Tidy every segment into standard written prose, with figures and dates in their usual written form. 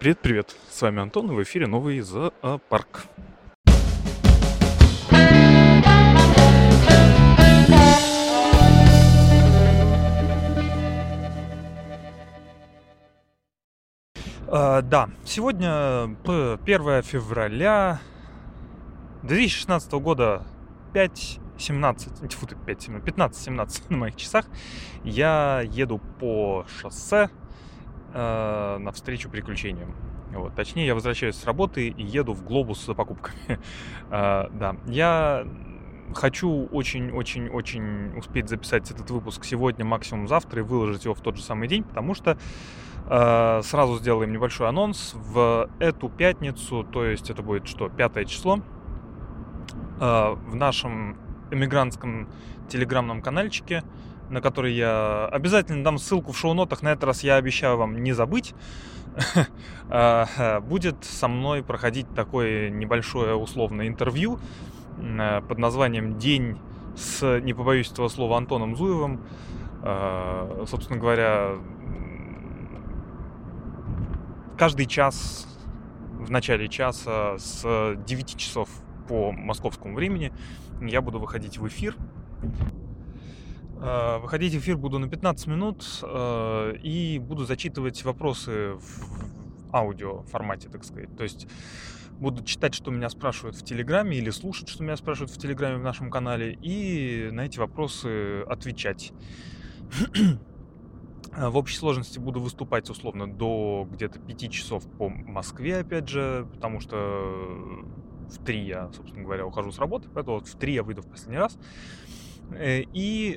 Привет, с вами Антон, и в эфире новый зоопарк. Да, сегодня 1 февраля 2016 года, 5:17, тьфу ты, 5:17, 15:17 на моих часах. Я еду по шоссе навстречу приключениям. Вот. Точнее, я возвращаюсь с работы и еду в Глобус за покупками. Да, я хочу очень-очень-очень успеть записать этот выпуск сегодня, максимум завтра, и выложить его в тот же самый день, потому что сразу сделаем небольшой анонс. В эту пятницу, то есть это будет 5 число, в нашем эмигрантском телеграмном канальчике, на который я обязательно дам ссылку в шоу-нотах, на этот раз я обещаю вам не забыть, будет со мной проходить такое небольшое условное интервью под названием «День с, не побоюсь этого слова, Антоном Зуевым». Собственно говоря, каждый час, в начале часа с 9 часов по московскому времени я буду выходить в эфир. Выходить в эфир буду на 15 минут и буду зачитывать вопросы в аудио формате, так сказать. То есть буду читать, что меня спрашивают в Телеграме, или слушать, что меня спрашивают в Телеграме в нашем канале, и на эти вопросы отвечать. В общей сложности буду выступать условно до где-то 5 часов по Москве, опять же, потому что в 3 я, собственно говоря, ухожу с работы, поэтому вот в 3 я выйду в последний раз. И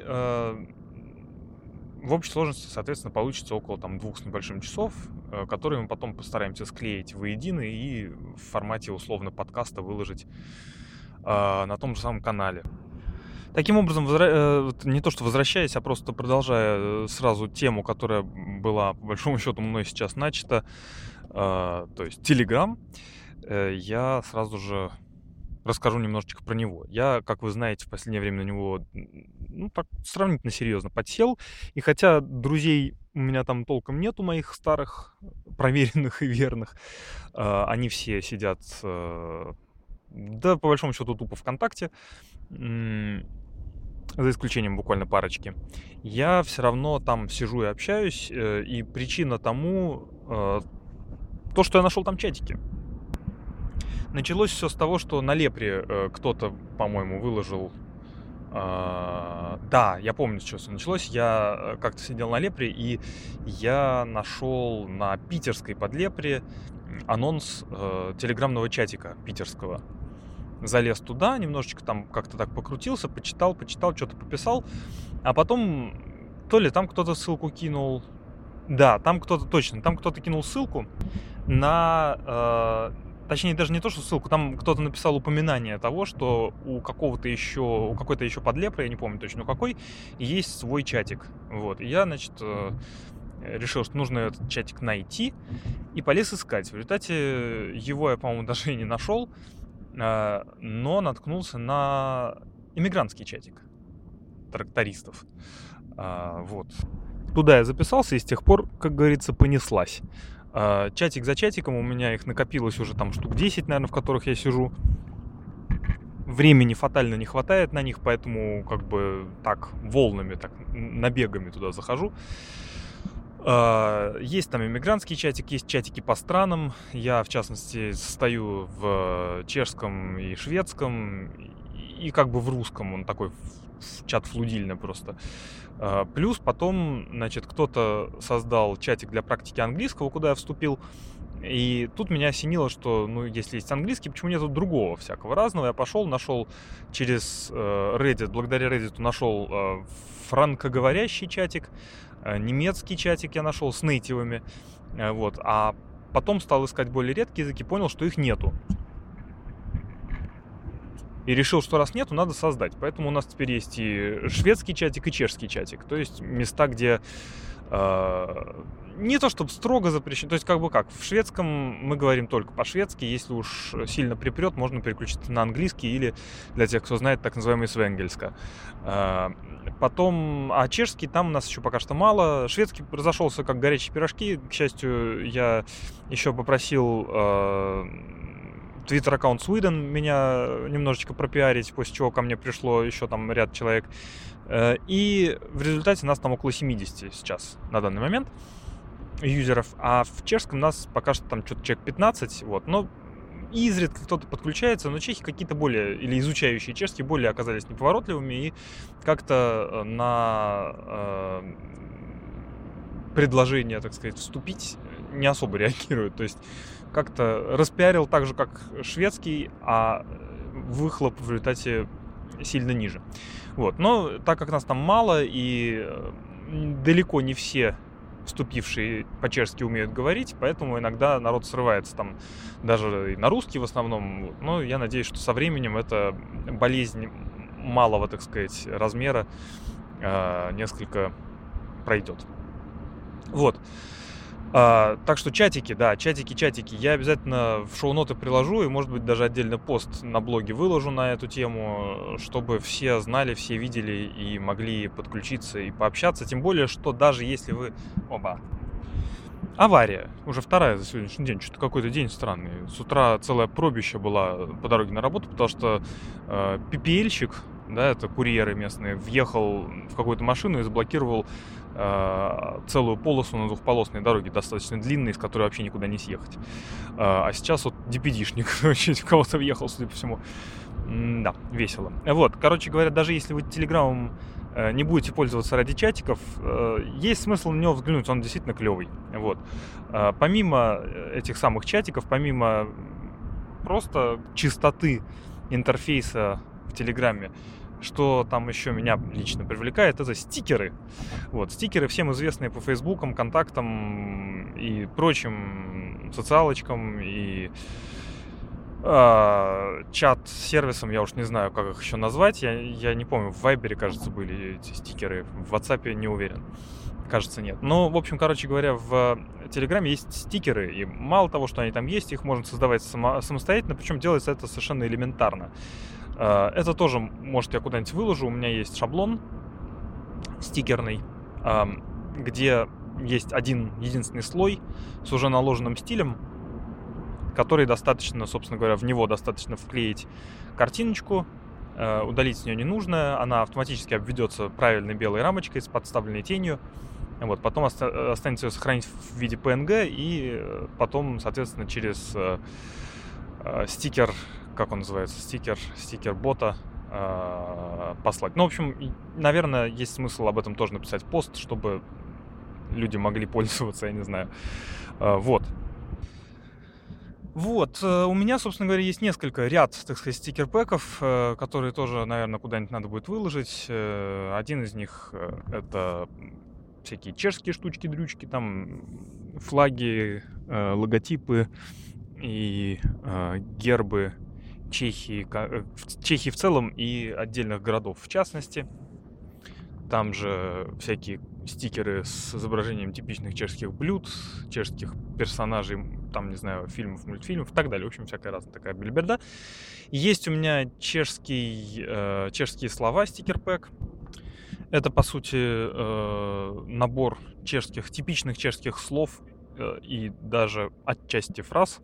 в общей сложности, соответственно, получится около 2 с небольшим часов, которые мы потом постараемся склеить воедино и в формате условно подкаста выложить на том же самом канале. Таким образом, не то что возвращаясь, а просто продолжая сразу тему, которая была, по большому счету, мной сейчас начата, то есть Telegram, я сразу же расскажу немножечко про него. Я, как вы знаете, в последнее время на него, так сравнительно серьезно подсел. И хотя друзей у меня там толком нету, моих старых, проверенных и верных, они все сидят, да, по большому счету, тупо ВКонтакте, за исключением буквально парочки, я все равно там сижу и общаюсь, и причина тому то, что я нашел там чатики. Началось все с того, что на Лепре кто-то, по-моему, выложил... Да, я помню, с чего все началось. Я как-то сидел на Лепре, и я нашел на питерской подлепре анонс телеграмного чатика питерского. Залез туда, немножечко там как-то так покрутился, почитал, что-то пописал. А потом то ли там кто-то ссылку кинул... Да, там кто-то кинул ссылку на... Точнее, даже не то, что ссылку, там кто-то написал упоминание того, что у какой-то еще подлепры, я не помню точно у какой, есть свой чатик. Вот. И я, значит, решил, что нужно этот чатик найти, и полез искать. В результате его я, по-моему, даже и не нашел, но наткнулся на иммигрантский чатик трактористов. Вот. Туда я записался, и с тех пор, как говорится, понеслась. Чатик за чатиком у меня их накопилось уже там штук 10, наверное, в которых я сижу. Времени фатально не хватает на них, поэтому как бы так волнами, так набегами туда захожу. Есть там иммигрантский чатик, есть чатики по странам. Я, в частности, состою в чешском и шведском, и как бы в русском. Он такой чат флудильный просто. Плюс потом, значит, кто-то создал чатик для практики английского, куда я вступил. И тут меня осенило, что, если есть английский, почему нет другого всякого разного? Я пошел, нашел через Reddit, благодаря Reddit нашел франкоговорящий чатик, немецкий чатик я нашел с нейтивами, вот. А потом стал искать более редкие языки, понял, что их нету. И решил, что раз нету, надо создать. Поэтому у нас теперь есть и шведский чатик, и чешский чатик. То есть места, где Не то чтобы строго запрещено, то есть как бы как, в шведском мы говорим только по-шведски, если уж сильно припрет, можно переключиться на английский или, для тех, кто знает, так называемый свенгельска. Потом, чешский там у нас еще пока что мало. Шведский разошелся как горячие пирожки. К счастью, я еще попросил Twitter-аккаунт Sweden меня немножечко пропиарить, после чего ко мне пришло еще там ряд человек. И в результате нас там около 70 сейчас на данный момент юзеров, а в чешском нас пока что там что-то человек 15, вот, но изредка кто-то подключается, но чехи какие-то более, или изучающие чешский, более оказались неповоротливыми и как-то на предложение, так сказать, вступить не особо реагируют, то есть как-то распиарил так же, как шведский, а выхлоп в результате сильно ниже. Вот. Но так как нас там мало и далеко не все вступившие по-чешски умеют говорить, поэтому иногда народ срывается там даже и на русский в основном. Но я надеюсь, что со временем эта болезнь малого, так сказать, размера несколько пройдет. Вот. Так что чатики, да, чатики. Я обязательно в шоу-ноты приложу и, может быть, даже отдельный пост на блоге выложу на эту тему, чтобы все знали, все видели и могли подключиться и пообщаться. Тем более, что даже если вы... Авария. Уже вторая за сегодняшний день. Что-то какой-то день странный. С утра целое пробище была по дороге на работу, потому что PPL-щик, да, это курьеры местные, въехал в какую-то машину и заблокировал целую полосу на двухполосной дороге, достаточно длинной, с которой вообще никуда не съехать. А сейчас вот DPD-шник, в кого-то въехал, судя по всему. Да, весело. Вот, короче говоря, даже если вы Телеграмом не будете пользоваться ради чатиков, есть смысл на него взглянуть, он действительно клевый. Вот. Помимо этих самых чатиков, помимо просто чистоты интерфейса в Телеграме, что там еще меня лично привлекает, это стикеры. Вот, стикеры всем известные по Фейсбукам, контактам и прочим социалочкам и чат-сервисом, я уж не знаю, как их еще назвать. Я не помню, в Вайбере, кажется, были эти стикеры, в WhatsApp не уверен. Кажется, нет. Но, в общем, короче говоря, в Телеграме есть стикеры, и мало того, что они там есть, их можно создавать самостоятельно, причем делается это совершенно элементарно. Это тоже, может, я куда-нибудь выложу. У меня есть шаблон стикерный, где есть один единственный слой с уже наложенным стилем, который достаточно, собственно говоря, в него достаточно вклеить картиночку, удалить с нее ненужное, она автоматически обведется правильной белой рамочкой с подставленной тенью. Вот, потом останется ее сохранить в виде PNG и потом, соответственно, через стикер, как он называется, стикер бота послать. Ну, в общем, наверное, есть смысл об этом тоже написать пост, чтобы люди могли пользоваться, я не знаю. Вот, у меня, собственно говоря, есть ряд, так сказать, стикер-пэков, которые тоже, наверное, куда-нибудь надо будет выложить. Один из них — это всякие чешские штучки-дрючки, там флаги, логотипы и гербы Чехии в целом и отдельных городов в частности. Там же всякие стикеры с изображением типичных чешских блюд, чешских персонажей, там, не знаю, фильмов, мультфильмов и так далее. В общем, всякая разная такая бельберда. Есть у меня чешские слова стикер-пэк. Это, по сути, набор типичных чешских слов и даже отчасти фраз,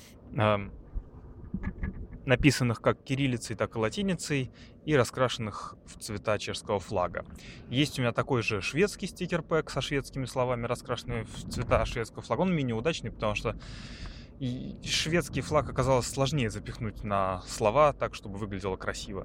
написанных как кириллицей, так и латиницей, и раскрашенных в цвета чешского флага. Есть у меня такой же шведский стикер-пэк со шведскими словами, раскрашенными в цвета шведского флага. Он менее удачный, потому что шведский флаг оказалось сложнее запихнуть на слова так, чтобы выглядело красиво.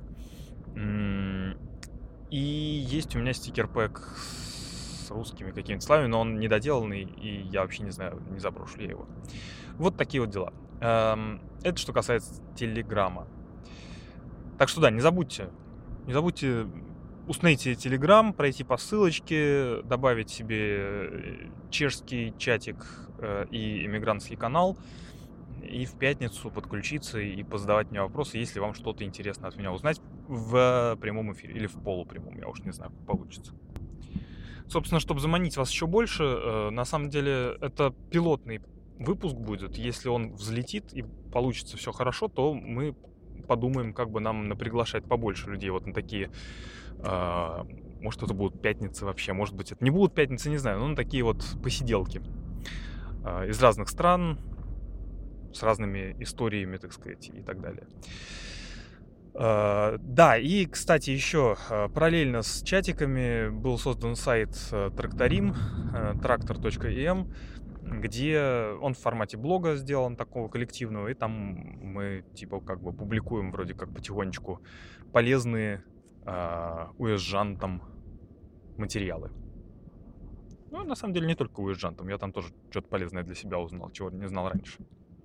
И есть у меня стикер-пэк с русскими какими-то словами, но он недоделанный, и я вообще не знаю, не заброшу ли я его. Вот такие вот дела. Это что касается Телеграма. Так что да, не забудьте, установите Телеграм, пройти по ссылочке, добавить себе чешский чатик и иммигрантский канал, и в пятницу подключиться и позадавать мне вопросы, если вам что-то интересно от меня узнать в прямом эфире или в полупрямом, я уж не знаю, как получится. Собственно, чтобы заманить вас еще больше, на самом деле это пилотный выпуск будет. Если он взлетит и получится все хорошо, то мы подумаем, как бы нам приглашать побольше людей вот на такие, может, это будут пятницы вообще, может быть, это не будут пятницы, не знаю, но на такие вот посиделки из разных стран, с разными историями, так сказать, и так далее. Да, и, кстати, еще параллельно с чатиками был создан сайт Тракторим, tractor.em, где он в формате блога сделан, такого коллективного, и там мы типа как бы публикуем вроде как потихонечку полезные уезжантам материалы. Ну, на самом деле, не только уезжантам, я там тоже что-то полезное для себя узнал, чего не знал раньше.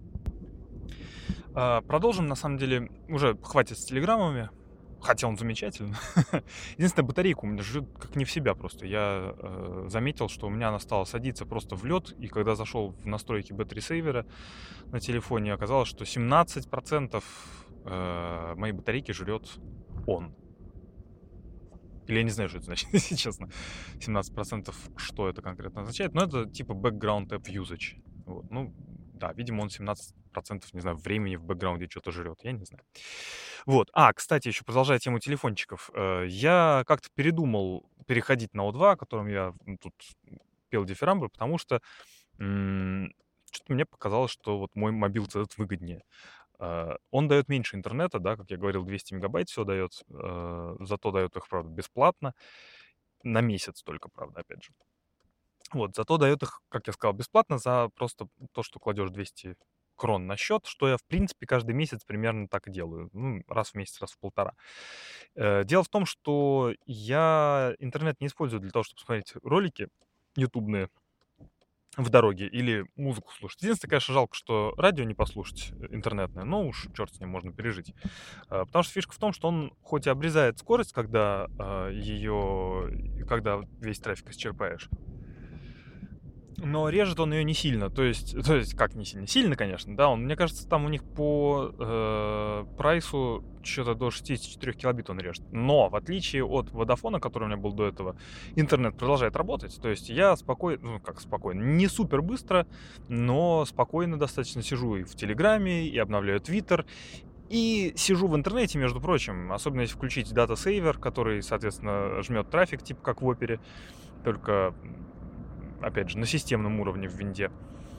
Продолжим, на самом деле, уже хватит с телеграммами, хотя он замечательный. Единственное, батарейка у меня жрет как не в себя просто. Я заметил, что у меня она стала садиться просто в лед, и когда зашел в настройки бэтрисейвера на телефоне, оказалось, что 17% моей батарейки жрет он. Или я не знаю, что это значит, если честно. 17% что это конкретно означает, но это типа background app usage. Вот. Ну, да, видимо, он 17%, не знаю, времени в бэкграунде что-то жрет, я не знаю. Вот. Кстати, еще продолжая тему телефончиков. Я как-то передумал переходить на O2, которым я тут пел дифирамбы, потому что что-то мне показалось, что вот мой мобил этот выгоднее. Он дает меньше интернета, да, как я говорил, 200 мегабайт всего дает, зато дает их, правда, бесплатно, на месяц только, правда, опять же. Вот, зато дает их, как я сказал, бесплатно за просто то, что кладешь 200 крон на счет, что я, в принципе, каждый месяц примерно так и делаю. Ну, раз в месяц, раз в полтора. Дело в том, что я интернет не использую для того, чтобы смотреть ролики ютубные в дороге или музыку слушать. Единственное, конечно, жалко, что радио не послушать интернетное, но уж черт с ним, можно пережить. Потому что фишка в том, что он хоть и обрезает скорость, когда когда весь трафик исчерпаешь, но режет он ее не сильно. То есть как не сильно? Сильно, конечно, да. Мне кажется, там у них по прайсу что-то до 64 килобит он режет. Но, в отличие от Vodafone, который у меня был до этого, интернет продолжает работать. То есть я спокойно, не супер быстро, но спокойно достаточно сижу и в Телеграме, и обновляю Твиттер, и сижу в интернете, между прочим, особенно если включить дата-сейвер, который, соответственно, жмет трафик, типа как в Опере, только, опять же, на системном уровне в винде,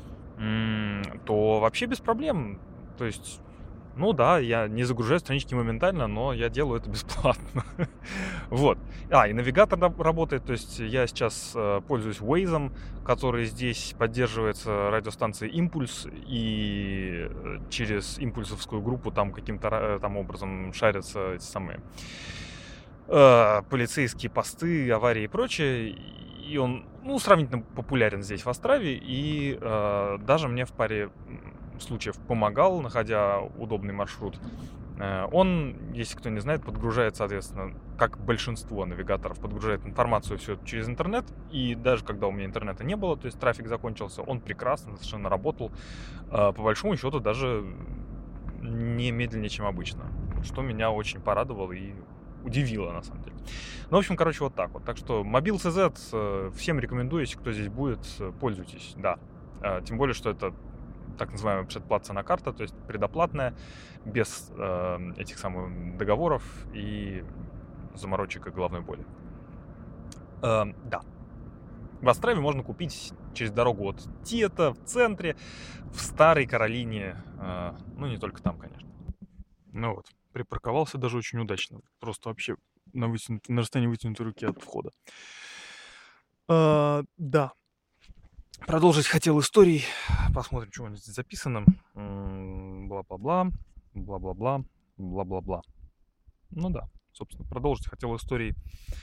то вообще без проблем. То есть, ну да, я не загружаю странички моментально, но я делаю это бесплатно. Вот. И навигатор работает, то есть я сейчас пользуюсь Waze, который здесь поддерживается радиостанцией «Импульс», и через импульсовскую группу там каким-то там образом шарятся эти самые полицейские посты, аварии и прочее. И он, сравнительно популярен здесь в Острове, и даже мне в паре случаев помогал, находя удобный маршрут. Он, если кто не знает, подгружает, соответственно, как большинство навигаторов, подгружает информацию все через интернет. И даже когда у меня интернета не было, то есть трафик закончился, он прекрасно совершенно работал. По большому счету даже не медленнее, чем обычно. Что меня очень порадовало и удивило, на самом деле. Ну, в общем, вот так вот. Так что Mobil CZ всем рекомендую, если кто здесь будет, пользуйтесь, да. Тем более, что это так называемая предплатная карта, то есть предоплатная, без этих самых договоров и заморочек и головной боли. Да. В Острове можно купить через дорогу от Тиета в центре, в Старой Каролине. Ну, не только там, конечно. Ну вот, припарковался даже очень удачно. Просто вообще на расстоянии вытянутой руки от входа. Да. Продолжить хотел историй. Посмотрим, что у нас здесь записано. Бла-бла-бла, бла-бла-бла, бла-бла-бла. Ну да, собственно, продолжить хотел историй,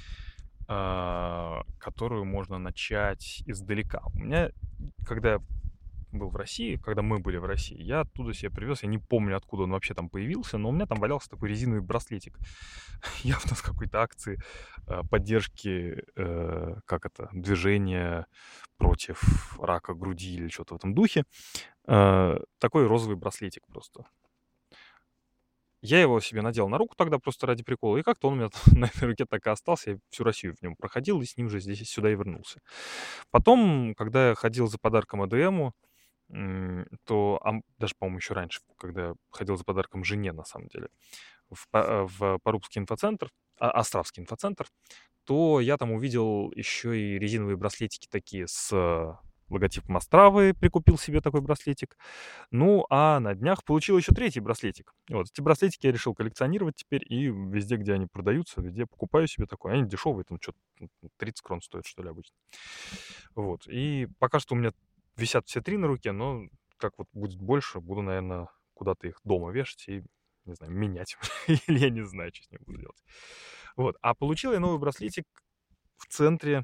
которую можно начать издалека. У меня, когда я был в России, когда мы были в России, я оттуда себе привез, я не помню, откуда он вообще там появился, но у меня там валялся такой резиновый браслетик. Явно с какой-то акции поддержки, движения против рака груди или что-то в этом духе. Такой розовый браслетик просто. Я его себе надел на руку тогда просто ради прикола, и как-то он у меня на этой руке так и остался. Я всю Россию в нем проходил, и с ним же здесь сюда и вернулся. Потом, когда я ходил за подарком АДМу, то, даже, по-моему, еще раньше, когда я ходил за подарком жене, на самом деле, в Порубский инфоцентр, Островский инфоцентр, то я там увидел еще и резиновые браслетики такие с логотипом Остравы, прикупил себе такой браслетик. Ну, а на днях получил еще третий браслетик. Вот, эти браслетики я решил коллекционировать теперь, и везде, где они продаются, везде покупаю себе такой. Они дешевые, там что-то 30 крон стоят, что ли, обычно. Вот, и пока что у меня висят все три на руке, но как вот будет больше, буду, наверное, куда-то их дома вешать и, не знаю, менять. Или я не знаю, что с ним буду делать. Вот, а получил я новый браслетик в центре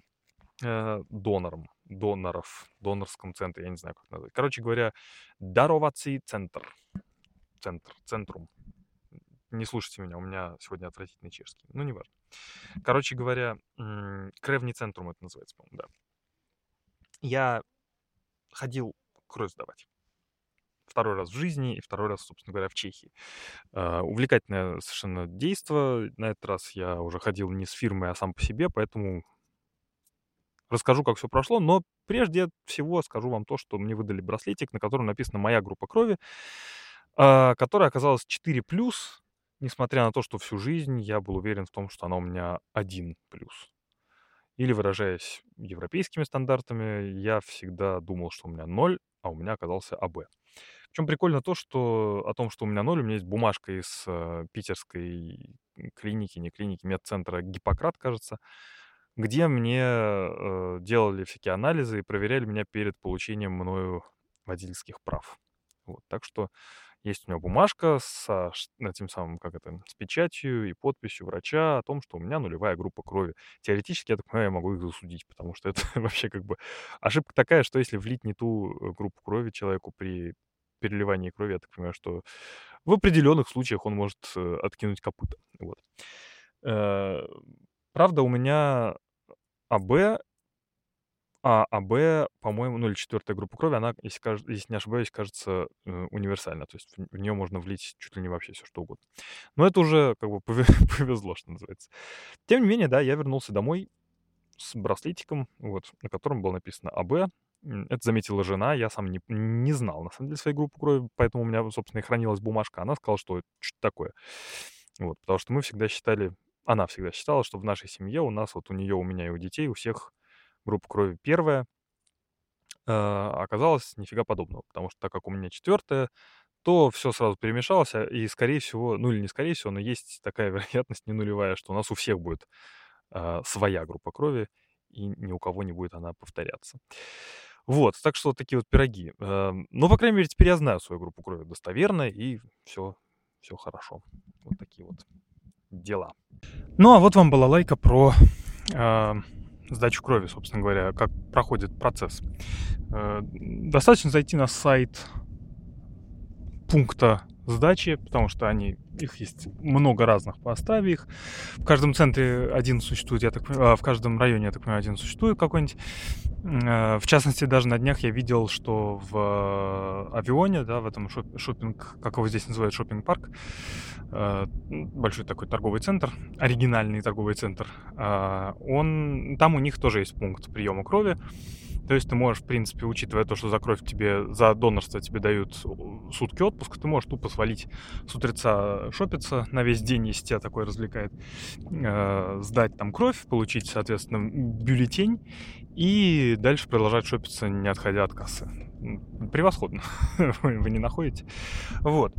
донорском центре, я не знаю, как назвать. Короче говоря, Дароваций центр. Центрум. Не слушайте меня, у меня сегодня отвратительный чешский. Ну, неважно. Короче говоря, Кревни центрум это называется, по-моему, да. Я ходил кровь сдавать. Второй раз в жизни и второй раз, собственно говоря, в Чехии. Увлекательное совершенно действо. На этот раз я уже ходил не с фирмой, а сам по себе, поэтому расскажу, как все прошло, но прежде всего скажу вам то, что мне выдали браслетик, на котором написана моя группа крови, которая оказалась 4+, несмотря на то, что всю жизнь я был уверен в том, что она у меня 1+. Или, выражаясь европейскими стандартами, я всегда думал, что у меня 0, а у меня оказался АБ. Причем прикольно то, что о том, что у меня 0, у меня есть бумажка из питерской клиники, не клиники, медцентра Гиппократ, кажется, где мне делали всякие анализы и проверяли меня перед получением мною водительских прав. Вот, так что есть у меня бумажка этим самым, с печатью и подписью врача о том, что у меня нулевая группа крови. Теоретически, я так понимаю, я могу их засудить, потому что это вообще ошибка такая, что если влить не ту группу крови человеку при переливании крови, я так понимаю, что в определенных случаях он может откинуть копыта. Вот. Правда, у меня АБ, АБ, по-моему, или четвертая группа крови, она, если не ошибаюсь, кажется, универсальна. То есть в нее можно влить чуть ли не вообще все, что угодно. Но это уже повезло, что называется. Тем не менее, да, я вернулся домой с браслетиком, вот, на котором было написано АБ. Это заметила жена, я сам не знал, на самом деле, своей группы крови, поэтому у меня, собственно, и хранилась бумажка. Она сказала, что это что такое. Вот, потому что она всегда считала, что в нашей семье у нас, вот у нее, у меня и у детей, у всех группа крови первая. Оказалось нифига подобного, потому что так как у меня четвертая, то все сразу перемешалось, и, скорее всего, ну или не скорее всего, но есть такая вероятность не нулевая, что у нас у всех будет своя группа крови, и ни у кого не будет она повторяться. Вот, так что вот такие вот пироги. Но, по крайней мере, теперь я знаю свою группу крови достоверно, и все хорошо. Вот такие вот дела. Ну, а вот вам балалайка про сдачу крови, собственно говоря, как проходит процесс. Достаточно зайти на сайт пункта сдачи, потому что их есть много разных по оставе их. В каждом центре один существует, в каждом районе, я так понимаю, один существует какой-нибудь. В частности, даже на днях я видел, что в Авионе, да, в этом шопинг, как его здесь называют, шопинг-парк, большой такой торговый центр, оригинальный торговый центр, там у них тоже есть пункт приема крови. То есть ты можешь, в принципе, учитывая то, что за донорство тебе дают сутки отпуска, ты можешь тупо свалить с утреца шопиться на весь день, если тебя такое развлекает, сдать там кровь, получить, соответственно, бюллетень и дальше продолжать шопиться, не отходя от кассы. Превосходно. Вы не находите? Вот.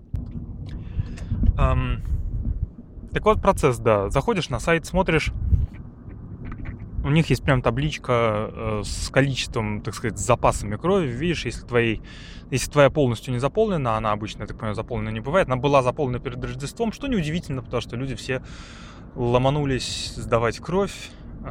Так вот, процесс, да. Заходишь на сайт, смотришь. У них есть прям табличка с количеством, так сказать, с запасами крови. Видишь, если твоя полностью не заполнена, она обычно, я так понимаю, заполнена не бывает. Она была заполнена перед Рождеством, что неудивительно, потому что люди все ломанулись сдавать кровь.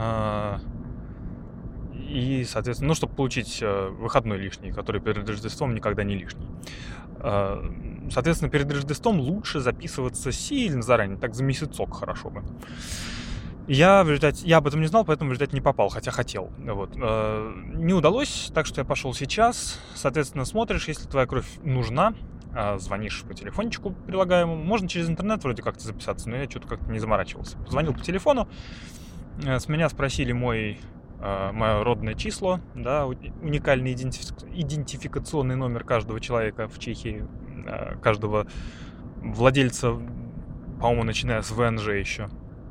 И, соответственно, чтобы получить выходной лишний, который перед Рождеством никогда не лишний. Соответственно, перед Рождеством лучше записываться сильно заранее, так за месяцок хорошо бы. Я об этом не знал, поэтому в результате не попал, хотя хотел. Вот. Не удалось, так что я пошел сейчас. Соответственно, смотришь, если твоя кровь нужна, звонишь по телефончику прилагаемому. Можно через интернет вроде как-то записаться, но я что-то как-то не заморачивался. Позвонил по телефону, с меня спросили мое родное число, да, уникальный идентификационный номер каждого человека в Чехии, каждого владельца, по-моему, начиная с ВНЖ еще.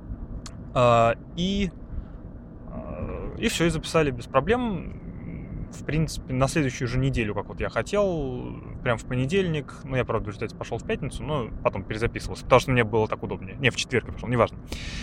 И все, и записали без проблем. В принципе, на следующую же неделю, как вот я хотел, прям в понедельник, я, правда, в результате пошел в пятницу, но потом перезаписывался, потому что мне было так удобнее. Не, в четверг я пошел, неважно.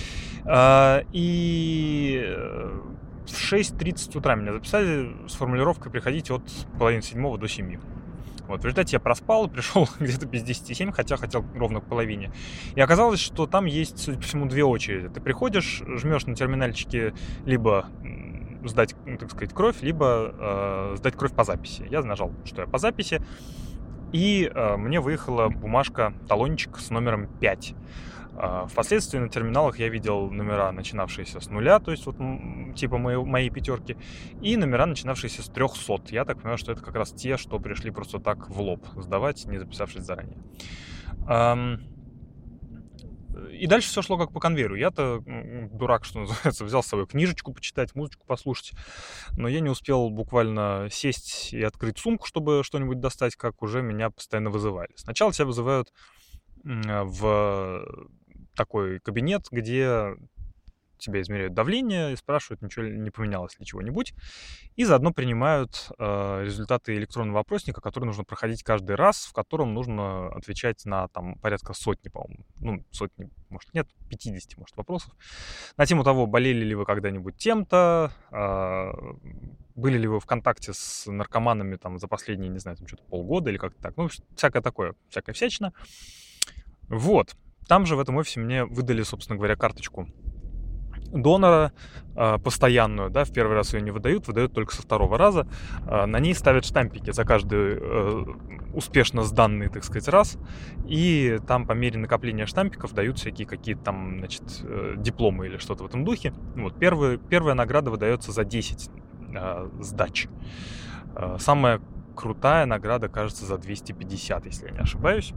И в 6:30 утра меня записали с формулировкой приходить от 6:30 до 7. Вот, в результате я проспал, пришел где-то без 10:07, хотя хотел ровно к половине. И оказалось, что там есть, судя по всему, две очереди. Ты приходишь, жмешь на терминальчике либо сдать, так сказать, кровь, либо сдать кровь по записи. Я нажал, что я по записи, и мне выехала бумажка, талончик с номером 5. Впоследствии на терминалах я видел номера, начинавшиеся с 0, то есть вот типа моей пятерки, и номера, начинавшиеся с 300. Я так понимаю, что это как раз те, что пришли просто так в лоб сдавать, не записавшись заранее. И дальше все шло как по конвейеру. Я-то, дурак, что называется, взял с собой книжечку почитать, музычку послушать, но я не успел буквально сесть и открыть сумку, чтобы что-нибудь достать, как уже меня постоянно вызывали. Сначала тебя вызывают в такой кабинет, где тебя измеряют давление и спрашивают, ничего не поменялось ли чего-нибудь, и заодно принимают результаты электронного опросника, который нужно проходить каждый раз, в котором нужно отвечать на там порядка сотни, по-моему, сотни, может нет, 50, может, вопросов, на тему того, болели ли вы когда-нибудь тем-то, были ли вы в контакте с наркоманами там за последние, не знаю, там что-то полгода или как-то так, всякое такое, всякая всячина. Вот, там же в этом офисе мне выдали, собственно говоря, карточку донора постоянную, да, в первый раз ее не выдают только со второго раза. На ней ставят штампики за каждый успешно сданный, так сказать, раз, и там по мере накопления штампиков дают всякие какие-то там, значит, дипломы или что-то в этом духе. Вот, первая награда выдается за 10 сдач. Самая крутая награда, кажется, за 250, если я не ошибаюсь.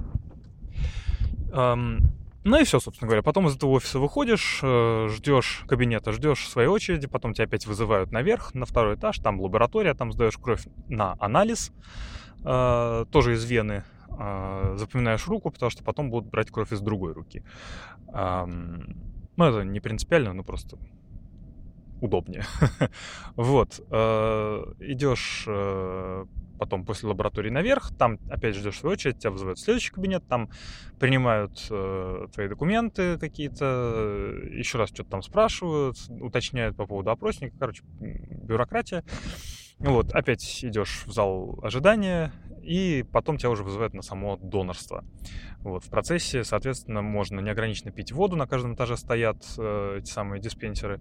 Ну и все, собственно говоря. Потом из этого офиса выходишь, ждешь кабинета, ждешь своей очереди, потом тебя опять вызывают наверх, на второй этаж, там лаборатория, там сдаешь кровь на анализ, тоже из вены, запоминаешь руку, потому что потом будут брать кровь из другой руки. Ну, это не принципиально, но просто удобнее. Вот. Идешь потом после лаборатории наверх, там опять ждешь свою очередь, тебя вызывают в следующий кабинет, там принимают твои документы какие-то, еще раз что-то там спрашивают, уточняют по поводу опросника, короче, бюрократия. Вот, опять идешь в зал ожидания, и потом тебя уже вызывают на само донорство. Вот, в процессе, соответственно, можно неограниченно пить воду, на каждом этаже стоят эти самые диспенсеры.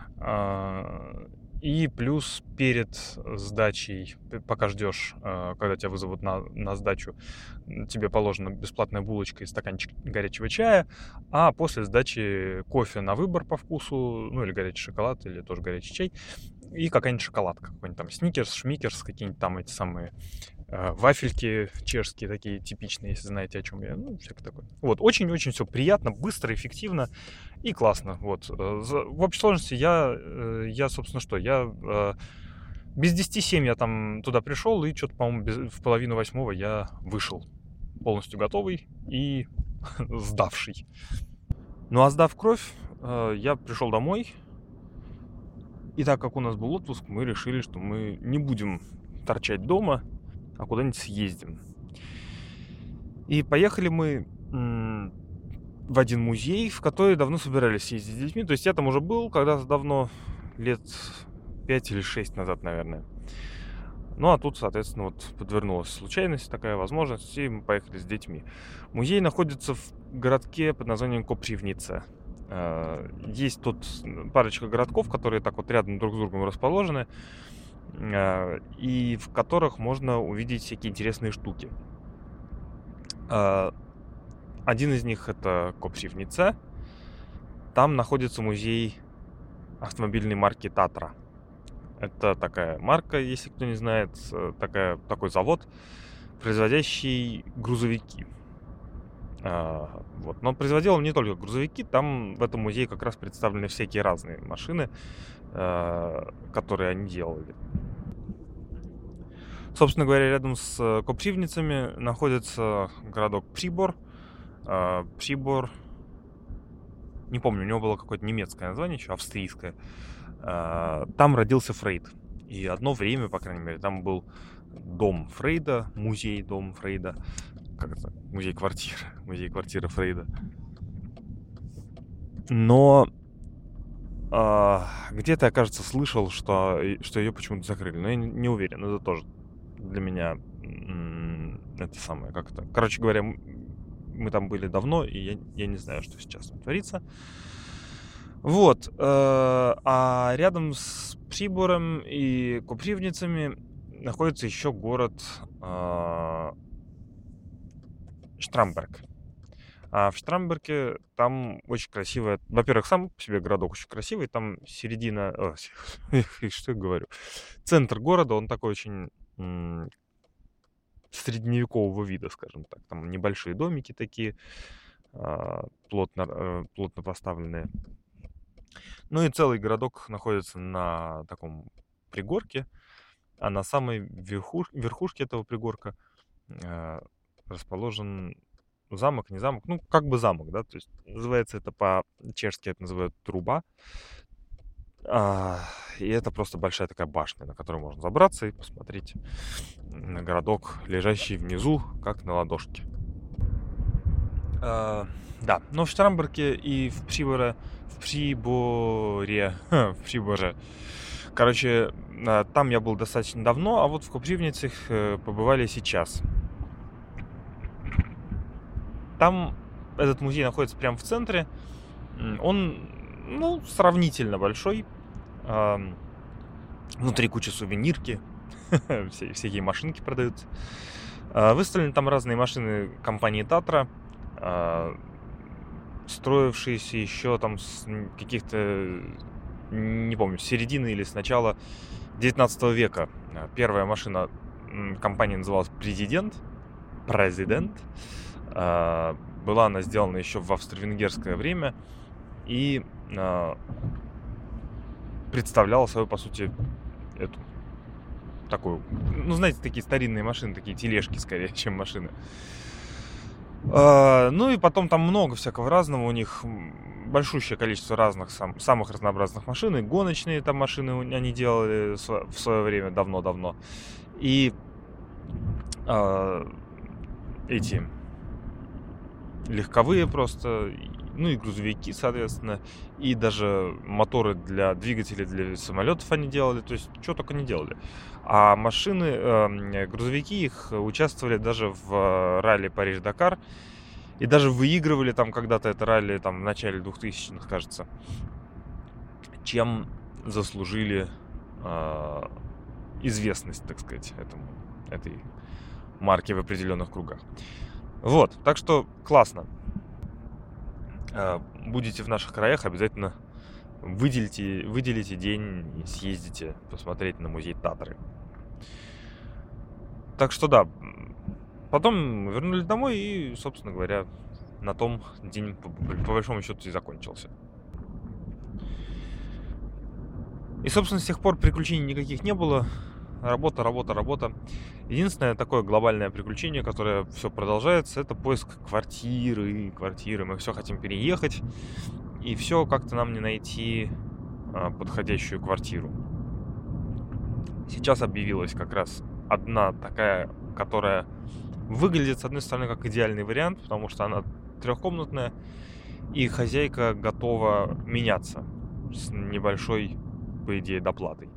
И плюс перед сдачей, пока ждешь, когда тебя вызовут на сдачу, тебе положена бесплатная булочка и стаканчик горячего чая, а после сдачи кофе на выбор по вкусу, ну или горячий шоколад, или тоже горячий чай, и какая-нибудь шоколадка, какой-нибудь там сникерс, шмикерс, какие-нибудь там эти самые вафельки чешские такие типичные, если знаете, о чем я, ну, всякое такое. Вот, очень-очень все приятно, быстро, эффективно и классно. Вот, в общей сложности я собственно, что, я без 10:07 я там туда пришел, и что-то, по-моему, в 7:30 я вышел, полностью готовый и сдавший. Ну, а сдав кровь, я пришел домой, и так как у нас был отпуск, мы решили, что мы не будем торчать дома, а куда-нибудь съездим. И поехали мы в один музей, в который давно собирались ездить с детьми. То есть я там уже был когда-то давно, лет 5 или 6 назад, наверное. Ну, а тут, соответственно, вот подвернулась случайность, такая возможность, и мы поехали с детьми. Музей находится в городке под названием Копривница. Есть тут парочка городков, которые так вот рядом друг с другом расположены, и в которых можно увидеть всякие интересные штуки. Один из них — это Копривница. Там находится музей автомобильной марки Татра. Это такая марка, если кто не знает, такой завод, производящий грузовики. Вот. Но производил он не только грузовики, там в этом музее как раз представлены всякие разные машины, которые они делали. Собственно говоря, рядом с Копривницами находится городок Прибор. Прибор, не помню, у него было какое-то немецкое название, еще австрийское. Там родился Фрейд. И одно время, по крайней мере, там был дом Фрейда, музей дом Фрейда. Как это? Музей-квартира Фрейда. Но где-то я, кажется, слышал, что ее почему-то закрыли. Но я не уверен. Это тоже для меня это самое, как это. Короче говоря, мы там были давно, и я не знаю, что сейчас там творится. Вот. А рядом с Прибором и Копривницами находится еще город Штрамберг. А в Штрамберге там очень красивая... Во-первых, сам по себе городок очень красивый. Там середина... что я говорю? Центр города, он такой очень средневекового вида, скажем так. Там небольшие домики такие, плотно поставленные. Ну и целый городок находится на таком пригорке. А на самой верхушке этого пригорка расположен замок, не замок, ну, как бы замок, да, то есть называется это по-чешски, это называют труба. И это просто большая такая башня, на которую можно забраться и посмотреть на городок, лежащий внизу, как на ладошке. Да, но в Штрамберге и в Приборе, короче, там я был достаточно давно, а вот в Копривницах побывали сейчас. Там этот музей находится прямо в центре. Он, ну, сравнительно большой. Внутри куча сувенирки. Всякие машинки продаются. Выставлены там разные машины компании Татра, строившиеся еще там с каких-то, не помню, с середины или с начала 19 века. Первая машина компании называлась Президент. Была она сделана еще в австро-венгерское время и представляла собой, по сути, эту такую, ну, знаете, такие старинные машины, такие тележки скорее, чем машины. Ну и потом там много всякого разного, у них большущее количество разных, самых разнообразных машин, и гоночные там машины они делали в свое время, давно-давно, и эти легковые просто, ну и грузовики, соответственно, и даже моторы для двигателей для самолетов они делали, то есть что только не делали. А машины, грузовики их участвовали даже в ралли Париж-Дакар и даже выигрывали там когда-то это ралли там в начале 2000-х, кажется, чем заслужили известность, так сказать, этой марки в определенных кругах. Вот, так что классно. Будете в наших краях, обязательно выделите день и съездите посмотреть на музей Татры. Так что да, потом вернулись домой и, собственно говоря, на том день по большому счету и закончился. И, собственно, с тех пор приключений никаких не было. Работа. Единственное такое глобальное приключение, которое все продолжается, это поиск квартиры. Мы все хотим переехать, и все как-то нам не найти подходящую квартиру. Сейчас объявилась как раз одна такая, которая выглядит, с одной стороны, как идеальный вариант, потому что она трехкомнатная, и хозяйка готова меняться с небольшой, по идее, доплатой.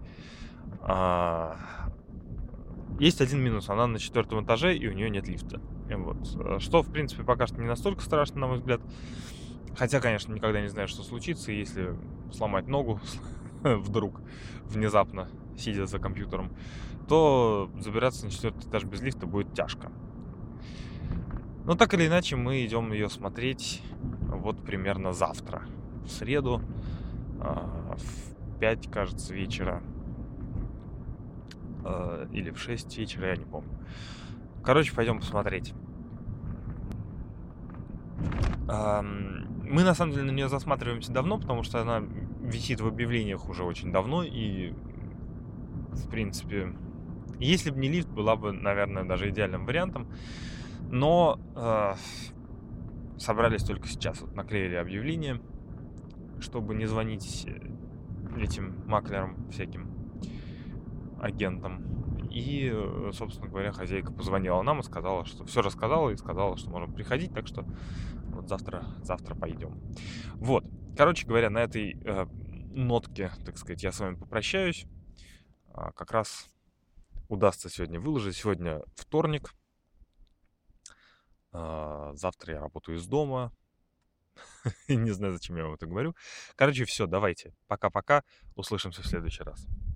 Есть один минус, она на 4 этаже, и у нее нет лифта. Вот. Что, в принципе, пока что не настолько страшно, на мой взгляд. Хотя, конечно, никогда не знаешь, что случится, если сломать ногу вдруг, внезапно, сидя за компьютером, то забираться на 4 этаж без лифта будет тяжко. Но так или иначе, мы идем ее смотреть вот примерно завтра, в среду, в 5, кажется, вечера. Или в 6 вечера, я не помню. Короче, пойдем посмотреть. Мы, на самом деле, на нее засматриваемся давно, потому что она висит в объявлениях уже очень давно, и, в принципе, если бы не лифт, была бы, наверное, даже идеальным вариантом. Но собрались только сейчас, вот наклеили объявление, чтобы не звонить этим маклерам, всяким агентам. И, собственно говоря, хозяйка позвонила нам и сказала, что все рассказала, и сказала, что можем приходить, так что вот завтра пойдем. Вот, короче говоря, на этой нотке, так сказать, я с вами попрощаюсь. Как раз удастся сегодня выложить. Сегодня вторник. Завтра я работаю из дома. Не знаю, зачем я вам это говорю. Короче, все, давайте. Пока-пока. Услышимся в следующий раз.